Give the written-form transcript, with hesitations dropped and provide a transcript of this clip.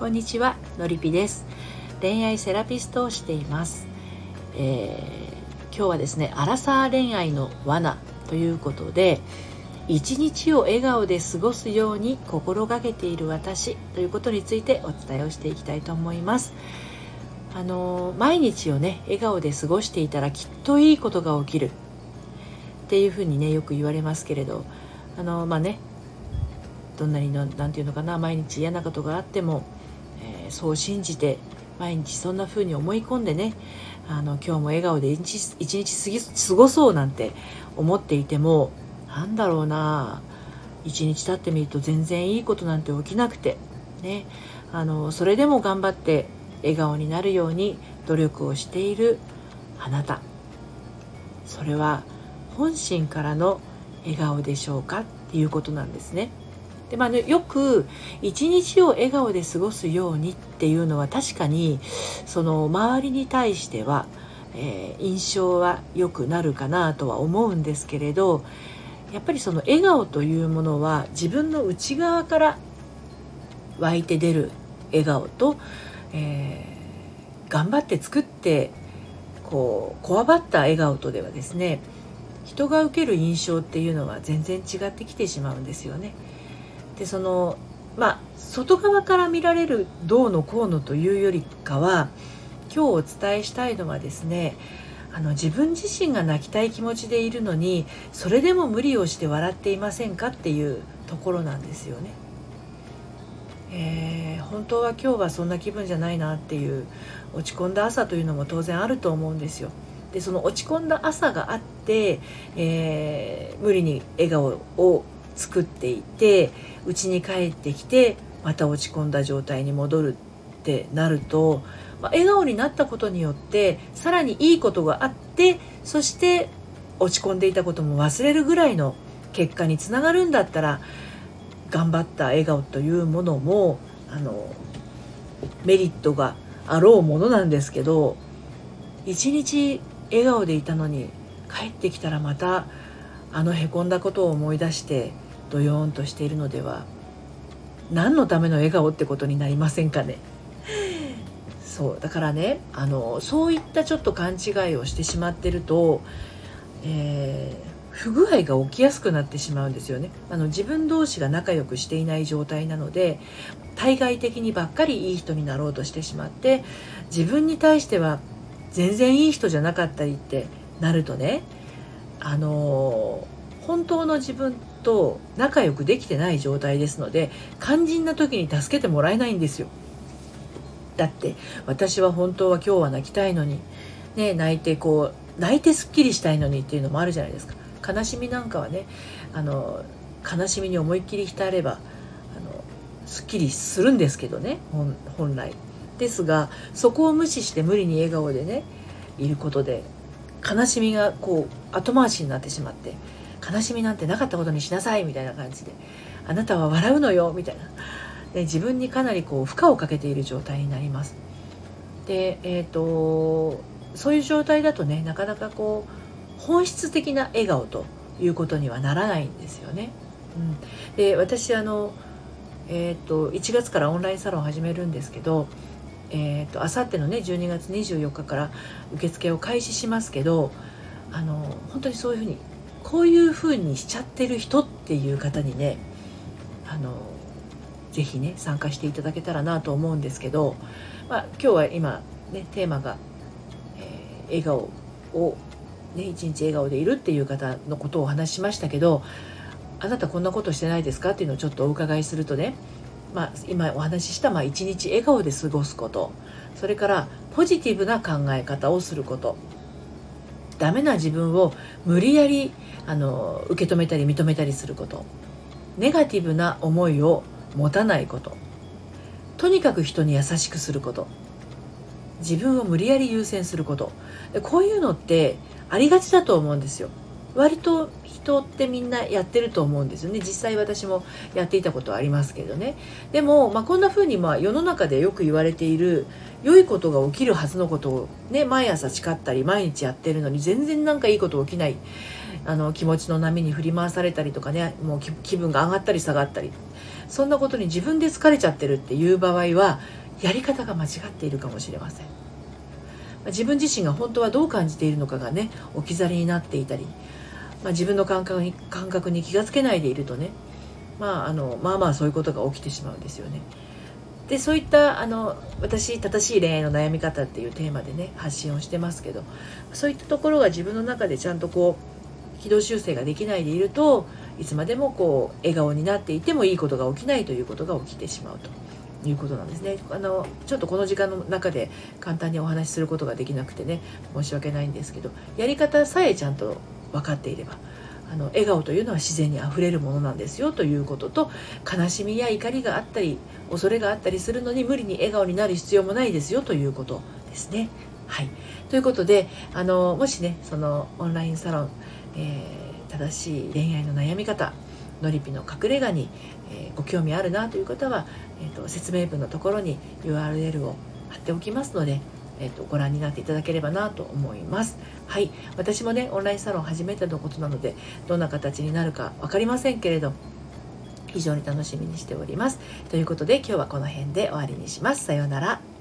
こんにちは、のりぴです。恋愛セラピストをしています。今日はですね、アラサー恋愛の罠ということで、一日を笑顔で過ごすように心がけている私ということについてお伝えをしていきたいと思います。毎日をね、笑顔で過ごしていたらきっといいことが起きるっていうふうにね、よく言われますけれど、どんなになんていうのかな、毎日嫌なことがあっても、そう信じて毎日そんな風に思い込んでね、今日も笑顔で一日過ごそうなんて思っていても、なんだろうな、一日経ってみると全然いいことなんて起きなくてね、それでも頑張って笑顔になるように努力をしているあなた、それは本心からの笑顔でしょうかっていうことなんですね。でよく一日を笑顔で過ごすようにっていうのは確かにその周りに対しては、印象は良くなるかなとは思うんですけれど、やっぱりその笑顔というものは自分の内側から湧いて出る笑顔と、頑張って作ってこわばった笑顔とではですね、人が受ける印象っていうのは全然違ってきてしまうんですよね。で外側から見られるどうのこうのというよりかは、今日お伝えしたいのはですね、自分自身が泣きたい気持ちでいるのにそれでも無理をして笑っていませんかっていうところなんですよね。本当は今日はそんな気分じゃないなっていう落ち込んだ朝というのも当然あると思うんですよ。でその落ち込んだ朝があって、無理に笑顔を作っていて家に帰ってきてまた落ち込んだ状態に戻るってなると、笑顔になったことによってさらにいいことがあって、そして落ち込んでいたことも忘れるぐらいの結果につながるんだったら、頑張った笑顔というものもメリットがあろうものなんですけど、一日笑顔でいたのに帰ってきたらまたへこんだことを思い出してドヨーンとしているのでは、何のための笑顔ってことになりませんかね。そうだからね、そういったちょっと勘違いをしてしまってると、不具合が起きやすくなってしまうんですよね。自分同士が仲良くしていない状態なので、対外的にばっかりいい人になろうとしてしまって、自分に対しては全然いい人じゃなかったりってなるとね、本当の自分と仲良くできてない状態ですので、肝心な時に助けてもらえないんですよ。だって私は本当は今日は泣きたいのに、ね、泣いてすっきりしたいのにっていうのもあるじゃないですか。悲しみなんかはね、悲しみに思いっきり浸ればすっきりするんですけどね、本来ですが、そこを無視して無理に笑顔でねいることで、悲しみが後回しになってしまって、悲しみなんてなかったことにしなさいみたいな感じで、あなたは笑うのよみたいな、自分にかなり負荷をかけている状態になります。で、そういう状態だとね、なかなか本質的な笑顔ということにはならないんですよね。で私1月からオンラインサロンを始めるんですけど、あさってのね12月24日から受付を開始しますけど、本当にそういうふうにこういうふうにしちゃってる人っていう方にね、ぜひね参加していただけたらなと思うんですけど、今日は今ねテーマが、笑顔をね、一日笑顔でいるっていう方のことをお話ししましたけど、あなたこんなことしてないですかっていうのをちょっとお伺いするとね、今お話しした一日笑顔で過ごすこと、それからポジティブな考え方をすること、ダメな自分を無理やり受け止めたり認めたりすること、ネガティブな思いを持たないこと、とにかく人に優しくすること、自分を無理やり優先すること、こういうのってありがちだと思うんですよ。割と人ってみんなやってると思うんですよね。実際私もやっていたことはありますけどね。でも、こんな風に世の中でよく言われている良いことが起きるはずのことをね、毎朝誓ったり毎日やってるのに全然なんかいいこと起きない、 気持ちの波に振り回されたりとかね、もう気分が上がったり下がったり、そんなことに自分で疲れちゃってるっていう場合はやり方が間違っているかもしれません。自分自身が本当はどう感じているのかがね置き去りになっていたり、自分の感覚に気がつけないでいるとね、まあそういうことが起きてしまうんですよね。でそういった私正しい恋愛の悩み方っていうテーマでね発信をしてますけど、そういったところが自分の中でちゃんと軌道修正ができないでいると、いつまでも笑顔になっていてもいいことが起きないということが起きてしまうということなんですね。ちょっとこの時間の中で簡単にお話しすることができなくてね申し訳ないんですけど、やり方さえちゃんと分かっていれば笑顔というのは自然にあふれるものなんですよということと、悲しみや怒りがあったり恐れがあったりするのに無理に笑顔になる必要もないですよということですね。はい、ということでもしねそのオンラインサロン、正しい恋愛の悩み方のりぴの隠れ家に、ご興味あるなという方は、説明文のところに URL を貼っておきますので、ご覧になっていただければなと思います。はい、私もねオンラインサロン初めてのことなのでどんな形になるか分かりませんけれど、非常に楽しみにしております。ということで今日はこの辺で終わりにします。さようなら。